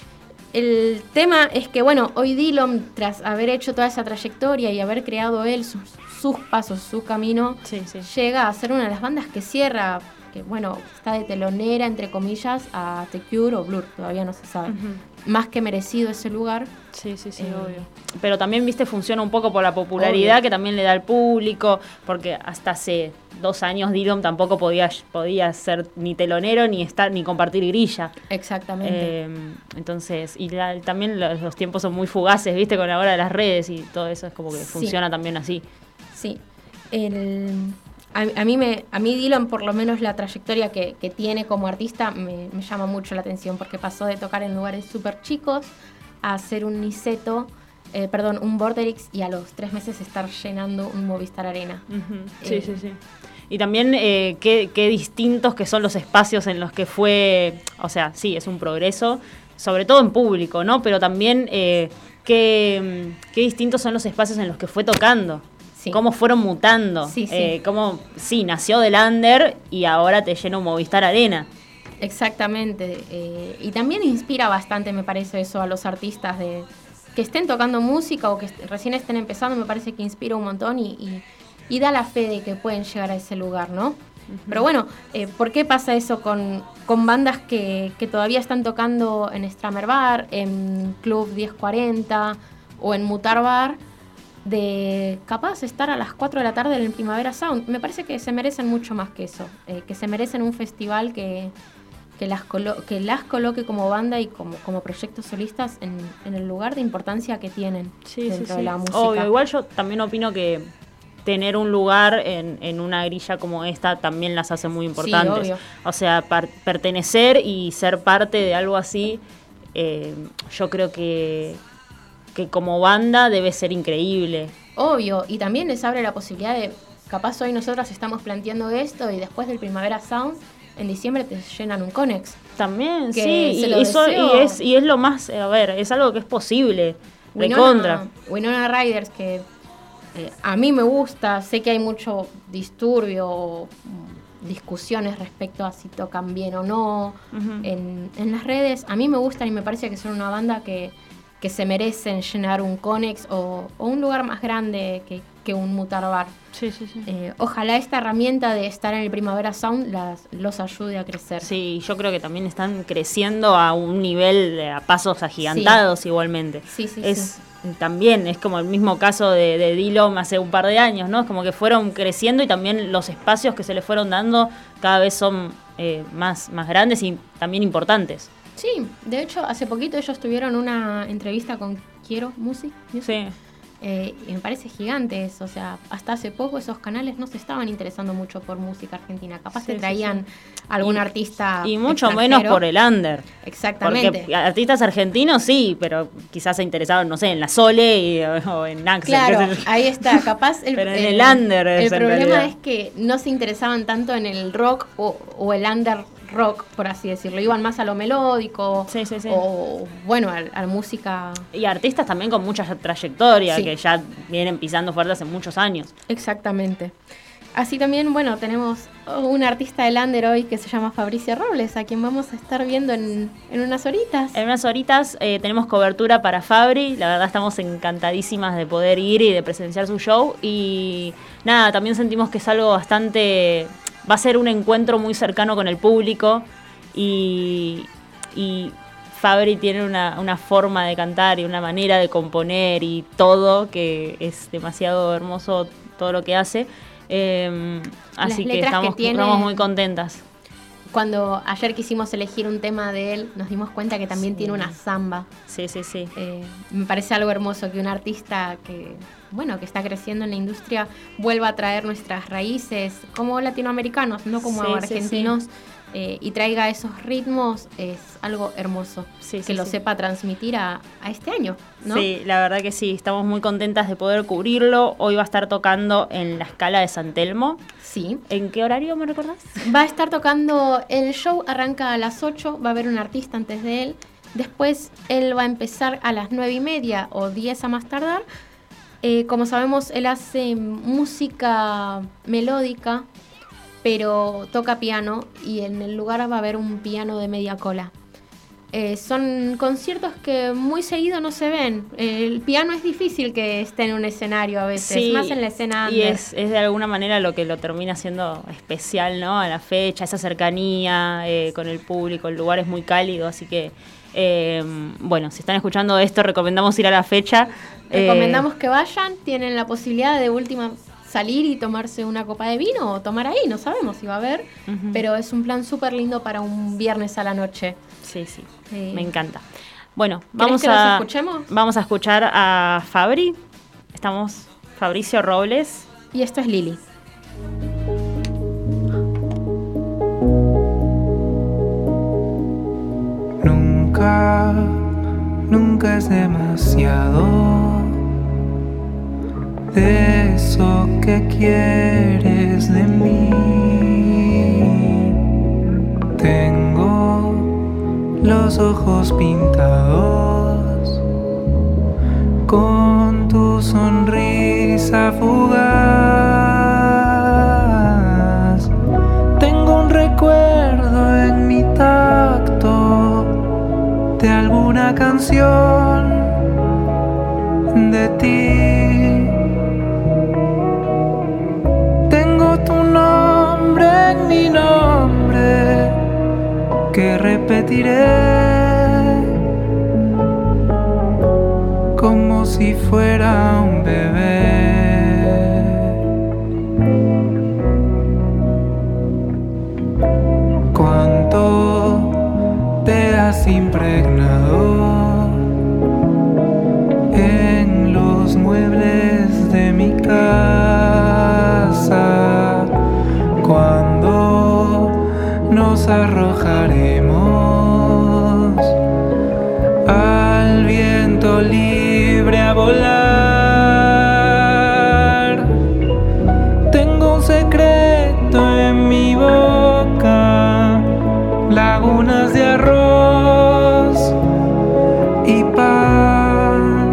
El tema es que, bueno, hoy Dillon, tras haber hecho toda esa trayectoria y haber creado él sus, sus pasos, su camino, Sí, sí. llega a ser una de las bandas que cierra que bueno, está de telonera, entre comillas, a The Cure o Blur, todavía no se sabe. Uh-huh. Más que merecido ese lugar. Sí, sí, sí, eh, obvio. Pero también, viste, funciona un poco por la popularidad obvio. Que también le da al público, porque hasta hace dos años Dillom tampoco podía, podía ser ni telonero ni estar ni compartir grilla. Exactamente. Eh, entonces, y la, también los, los tiempos son muy fugaces, viste, con la hora de las redes y todo eso es como que sí. Funciona también así. Sí. El... A, a mí me a mí Dillom, por lo menos la trayectoria que, que tiene como artista, me, me llama mucho la atención, porque pasó de tocar en lugares súper chicos a hacer un Niceto, eh, perdón, un Vorterix, y a los tres meses estar llenando un Movistar Arena. Uh-huh. Sí, eh, sí, sí. Y también eh, qué, qué distintos que son los espacios en los que fue, o sea, sí, es un progreso, sobre todo en público, ¿no? Pero también eh, qué, qué distintos son los espacios en los que fue tocando. Sí. Cómo fueron mutando, sí, sí. Eh, cómo, sí, nació del under y ahora te llena un Movistar Arena. Exactamente, eh, y también inspira bastante, me parece, eso a los artistas de que estén tocando música o que est- recién estén empezando, me parece que inspira un montón y, y, y da la fe de que pueden llegar a ese lugar, ¿no? Uh-huh. Pero bueno, eh, ¿por qué pasa eso con, con bandas que, que todavía están tocando en Stramer Bar, en Club diez cuarenta o en Mutar Bar? De capaz estar a las cuatro de la tarde en el Primavera Sound. Me parece que se merecen mucho más que eso, eh, que se merecen un festival que, que, las, colo- que las coloque como banda y como, como proyectos solistas en, en el lugar de importancia que tienen sí, dentro sí, sí. de la música. Obvio, igual yo también opino que tener un lugar en, en una grilla como esta también las hace muy importantes. Sí, obvio. O sea, par- pertenecer y ser parte de algo así, eh, yo creo que... que como banda debe ser increíble. Obvio, y también les abre la posibilidad de, capaz hoy nosotras estamos planteando esto y después del Primavera Sound, en diciembre te llenan un Conex. También, que sí, se y, lo eso, deseo. y, es, y es lo más, a ver, es algo que es posible, de Winona, contra. Winona Riders, que eh, a mí me gusta, sé que hay mucho disturbio, discusiones respecto a si tocan bien o no uh-huh. en, en las redes. A mí me gustan y me parece que son una banda que que se merecen llenar un Conex o, o un lugar más grande que, que un Mutar Bar. Sí, sí, sí. Eh, ojalá esta herramienta de estar en el Primavera Sound las, los ayude a crecer. Sí, yo creo que también están creciendo a un nivel, a pasos agigantados sí. igualmente. Sí, sí, es sí. También es como el mismo caso de, de Dillom hace un par de años, ¿no? Es como que fueron creciendo y también los espacios que se les fueron dando cada vez son eh, más, más grandes y también importantes. Sí, de hecho, hace poquito ellos tuvieron una entrevista con Quiero Music. Sí. Eh, y me parece gigante eso, o sea, hasta hace poco esos canales no se estaban interesando mucho por música argentina, capaz sí, te traían sí, sí. algún y, artista y mucho menos por el under. Exactamente. Porque artistas argentinos sí, pero quizás se interesaban, no sé, en la Sole y, o en Axel. Claro, ahí está, capaz el, pero en el, el under el es problema realidad. Es que no se interesaban tanto en el rock o, o el under rock, por así decirlo, iban más a lo melódico sí, sí, sí. o bueno, a, a la música. Y artistas también con mucha trayectoria, sí. que ya vienen pisando fuerte hace muchos años. Exactamente. Así también, bueno, tenemos un artista del under hoy que se llama Fabricio Robles, a quien vamos a estar viendo en, en unas horitas. En unas horitas eh, tenemos cobertura para Fabri, la verdad estamos encantadísimas de poder ir y de presenciar su show y nada, también sentimos que es algo bastante... Va a ser un encuentro muy cercano con el público y, y Fabri tiene una, una forma de cantar y una manera de componer y todo que es demasiado hermoso todo lo que hace. Eh, así que estamos, que tiene, estamos muy contentas. Cuando ayer quisimos elegir un tema de él, nos dimos cuenta que también sí. tiene una samba. Sí, sí, sí. Eh, me parece algo hermoso que un artista que, bueno, que está creciendo en la industria vuelva a traer nuestras raíces como latinoamericanos, no como sí, argentinos, sí, sí. Eh, y traiga esos ritmos, es algo hermoso. Sí, que sí, lo sí. sepa transmitir a, a este año, ¿no? Sí, la verdad que sí, estamos muy contentas de poder cubrirlo. Hoy va a estar tocando en la Scala de San Telmo. Sí. ¿En qué horario me recordás? Va a estar tocando, el show arranca a las ocho, va a haber un artista antes de él. Después él va a empezar a las nueve y media o diez a más tardar. Eh, como sabemos, él hace música melódica, pero toca piano y en el lugar va a haber un piano de media cola. Eh, son conciertos que muy seguido no se ven. El piano es difícil que esté en un escenario a veces, sí, más en la escena y under. es, es de alguna manera lo que lo termina siendo especial, ¿no? A la fecha, esa cercanía eh, con el público, el lugar es muy cálido, así que eh, bueno, si están escuchando esto, recomendamos ir a la fecha. Recomendamos eh, que vayan, tienen la posibilidad de última salir y tomarse una copa de vino o tomar ahí, no sabemos si va a haber, uh-huh. pero es un plan súper lindo para un viernes a la noche. Sí, sí, sí. Me encanta. Bueno, vamos que a los escuchemos? Vamos a escuchar a Fabri. Estamos Fabricio Robles. Y esto es Lili. Nunca, nunca es demasiado de eso que quieres de mí. Tengo los ojos pintados con tu sonrisa fugaz. Tengo un recuerdo en mi tacto de alguna canción de ti. Tengo tu nombre en mi nombre que repetiré como si fuera un bebé. Cuánto te has impregnado en los muebles de mi casa. Cuando nos arrojaremos al viento libre a volar. Tengo un secreto en mi boca, lagunas de arroz y pan.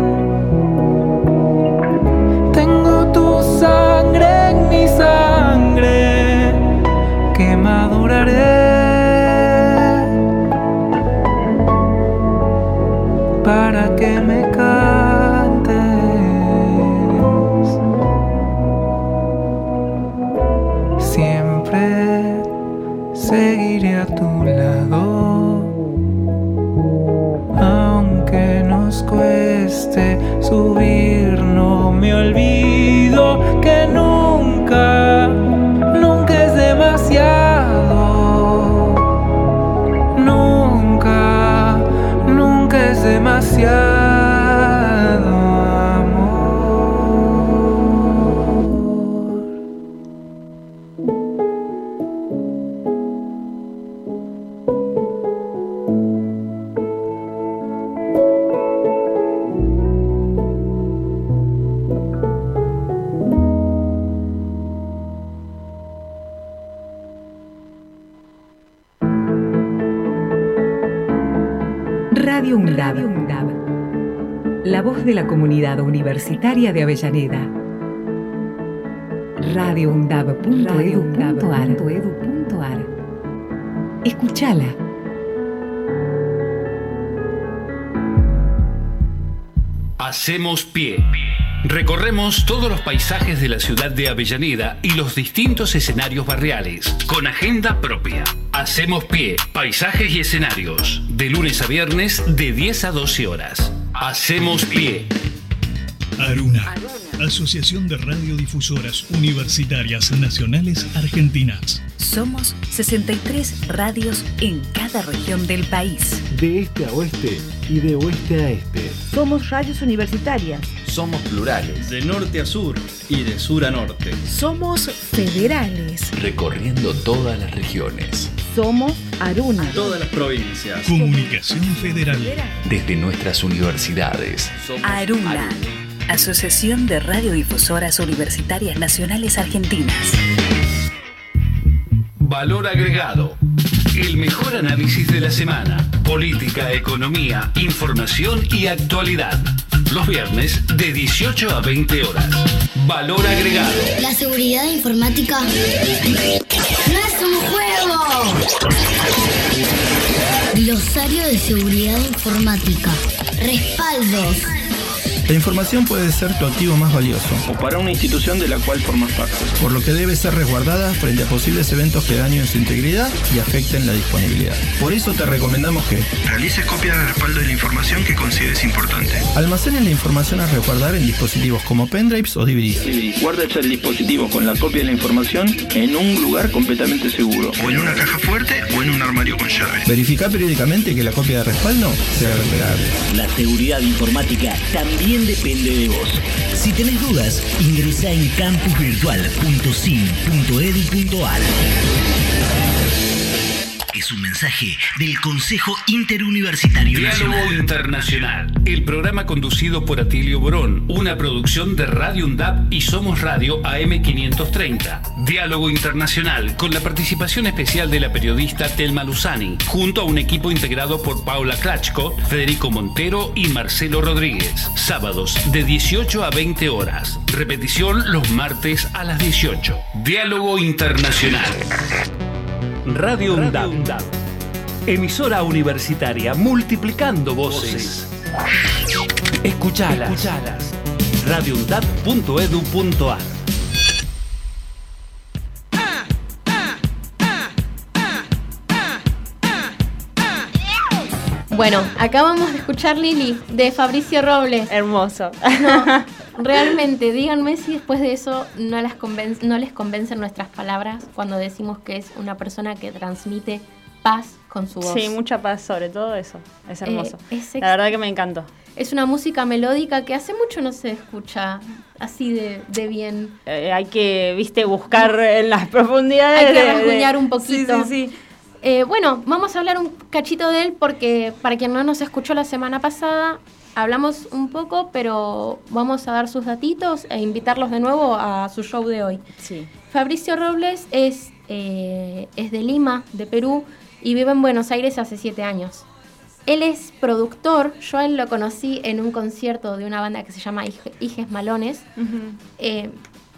Tengo tu sangre en mi sangre que maduraré para que me cantes. Siempre seguiré a tu lado, aunque nos cueste subir. No me olvido que nunca, nunca es demasiado. Nunca, nunca es demasiado amor. Radio UNDAB, la voz de la comunidad universitaria de Avellaneda. radio undab punto edu punto ar. Escúchala. Hacemos pie. Recorremos todos los paisajes de la ciudad de Avellaneda y los distintos escenarios barriales, con agenda propia. Hacemos pie, paisajes y escenarios, de lunes a viernes de diez a doce horas. Hacemos pie. Aruna, Asociación de Radiodifusoras Universitarias Nacionales Argentinas. Somos sesenta y tres radios en cada región del país. De este a oeste y de oeste a este. Somos radios universitarias. Somos plurales. De norte a sur y de sur a norte. Somos federales. Recorriendo todas las regiones. Somos Aruna. Todas las provincias. Comunicación Federal. Desde nuestras universidades. Somos Aruna. Aruna. Asociación de Radiodifusoras Universitarias Nacionales Argentinas. Valor agregado. El mejor análisis de la semana. Política, economía, información y actualidad. Los viernes de dieciocho a veinte horas. Valor agregado. La seguridad informática no es un juego. Glosario de seguridad. seguridad informática. Respaldos. La información puede ser tu activo más valioso, o para una institución de la cual formas parte, por lo que debe ser resguardada frente a posibles eventos que dañen su integridad y afecten la disponibilidad. Por eso te recomendamos que realices copias de respaldo de la información que consideres importante. Almacenes la información a resguardar en dispositivos como pendrives o D V Ds. Guardes el dispositivo con la copia de la información en un lugar completamente seguro, o en una caja fuerte o en un armario con llave. Verifica periódicamente que la copia de respaldo sea recuperable. La seguridad informática también depende de vos. Si tenés dudas, ingresa en campus virtual punto sim punto edu punto ar. Es un mensaje del Consejo Interuniversitario Diálogo Nacional. Internacional, el programa conducido por Atilio Borón, una producción de Radio UNDAP y Somos Radio A M quinientos treinta. Diálogo Internacional, con la participación especial de la periodista Telma Luzani, junto a un equipo integrado por Paula Klachko, Federico Montero y Marcelo Rodríguez. Sábados de dieciocho a veinte horas. Repetición los martes a las dieciocho. Diálogo Internacional. Radio UNDAP, emisora universitaria multiplicando voces. Escuchalas. Escuchalas. radio undap punto edu punto ar. Bueno, acabamos de escuchar Lili de Fabricio Robles. Hermoso. No, realmente, díganme si después de eso no, las conven- no les convencen nuestras palabras cuando decimos que es una persona que transmite paz con su voz. Sí, mucha paz, sobre todo eso. Es hermoso. Eh, es ex- La verdad que me encantó. Es una música melódica que hace mucho no se escucha así de, de bien. Eh, hay que, viste, buscar en las profundidades. Hay que de- rasguñar de- un poquito. Sí, sí, sí. Eh, bueno, vamos a hablar un cachito de él porque para quien no nos escuchó la semana pasada, hablamos un poco, pero vamos a dar sus datitos e invitarlos de nuevo a su show de hoy. Sí. Fabricio Robles es, eh, es de Lima, de Perú, y vive en Buenos Aires hace siete años. Él es productor, yo a él lo conocí en un concierto de una banda que se llama Hij- Hijes Malones. Uh-huh. Eh,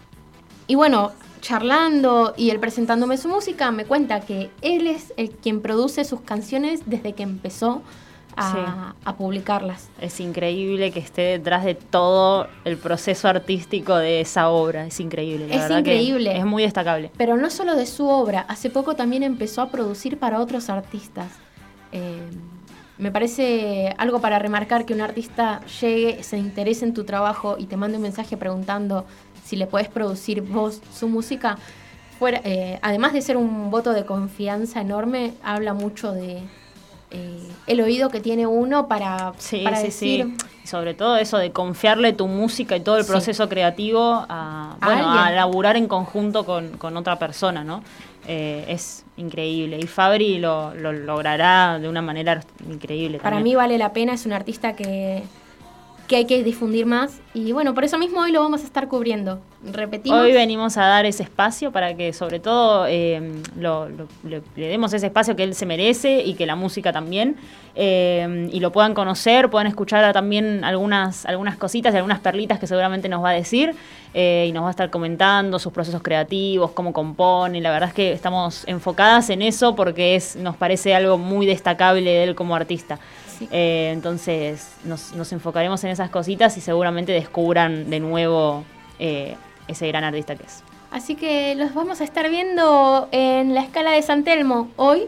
y bueno, charlando y él presentándome su música, me cuenta que él es el quien produce sus canciones desde que empezó a, Sí. a publicarlas. Es increíble que esté detrás de todo el proceso artístico de esa obra. Es increíble. La Es verdad que increíble. Es muy destacable. Pero no solo de su obra, hace poco también empezó a producir para otros artistas. Eh, me parece algo para remarcar que un artista llegue, se interese en tu trabajo y te mande un mensaje preguntando si le puedes producir vos su música. Fuera, eh, además de ser un voto de confianza enorme, habla mucho de eh, el oído que tiene uno para, Sí, para sí, decir... sí. Y sobre todo eso de confiarle tu música y todo el Sí. proceso creativo a, A bueno, a alguien. laburar en conjunto con, con otra persona, ¿no? Eh, es increíble. Y Fabri lo, lo logrará de una manera increíble Para también. mí vale la pena, es un artista que, que hay que difundir más. Y bueno, por eso mismo hoy lo vamos a estar cubriendo. Repetimos. Hoy venimos a dar ese espacio para que sobre todo eh, lo, lo- le, le demos ese espacio que él se merece y que la música también, eh, y lo puedan conocer, puedan escuchar también algunas, algunas cositas y algunas perlitas que seguramente nos va a decir, eh, y nos va a estar comentando sus procesos creativos, cómo compone. La verdad es que estamos enfocadas en eso porque es, nos parece algo muy destacable de él como artista. Sí. Eh, entonces nos, nos enfocaremos en esas cositas y seguramente descubran de nuevo eh, ese gran artista que es. Así que los vamos a estar viendo en la escala de San Telmo hoy.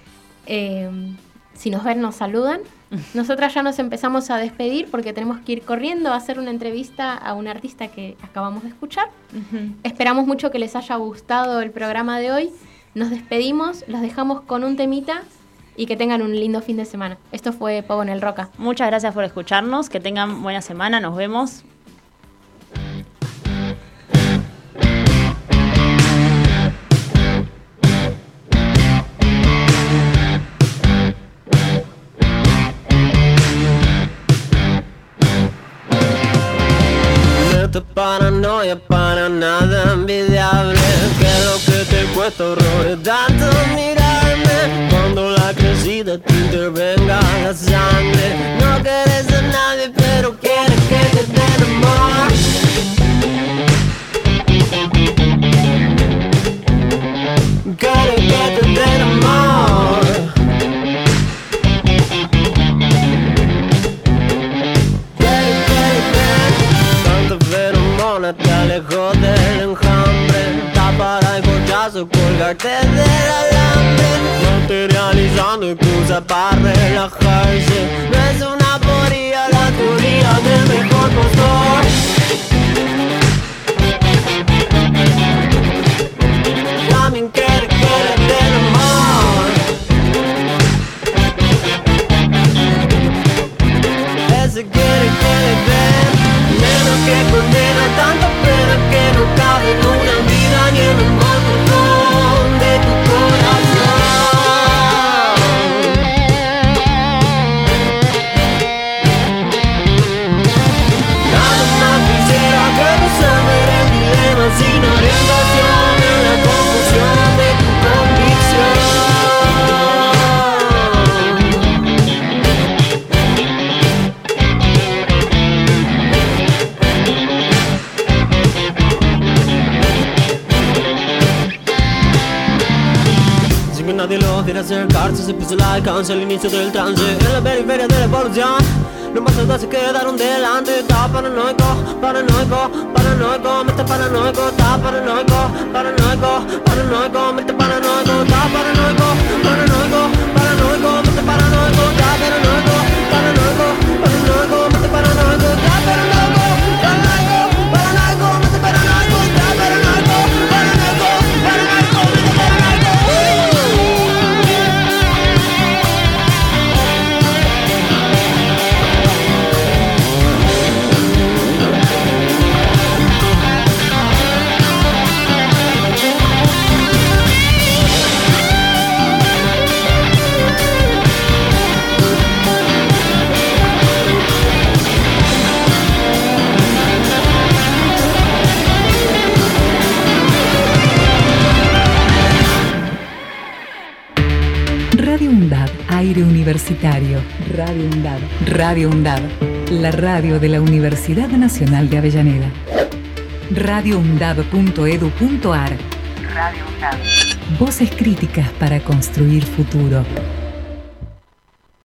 Eh, si nos ven, nos saludan. Nosotras ya nos empezamos a despedir porque tenemos que ir corriendo a hacer una entrevista a un artista que acabamos de escuchar. Uh-huh. Esperamos mucho que les haya gustado el programa de hoy. Nos despedimos, los dejamos con un temita y que tengan un lindo fin de semana. Esto fue Pogo en el Roca. Muchas gracias por escucharnos, que tengan buena semana, nos vemos. Esta paranoia para nada envidiable. Que es lo que te cuesta horrores tanto mirarme. Cuando la crecida te intervenga la sangre. No quieres a nadie pero quieres que te den amor. Quieres que te den amor. desde el alambre, materializando excusas para relajarse. No es una teoría, la teoría del mejor postor. También quiere, quiere del amor. Ese quiere, quiere ver. Menos que condena tanta pena que no cabe en una vida ni en un montón de tu corazón. Nada más quisiera que no se me den dilemas sin orientación en la confusión de tu convicción. Sin que nadie lo viera acercarse, se puso la alcance al inicio del trance. En la periferia de la evolución, los más audaces quedaron delante. Estaba paranoico, paranoico, paranoico, mente paranoico, estaba paranoico, paranoico, paranoico, mente paranoico, estaba paranoico, paranoico, paranoico, mente paranoico, estaba paranoico, paranoico, paranoico, mente paranoico, estaba paranoico, paranoico, paranoico, mente paranoico, estaba paranoico, paranoico, paranoico, mente paranoico. Radio UNDAB, aire universitario. Radio UNDAB. Radio UNDAB, la radio de la Universidad Nacional de Avellaneda. radio undab punto edu punto ar. Radio UNDAB. Voces críticas para construir futuro.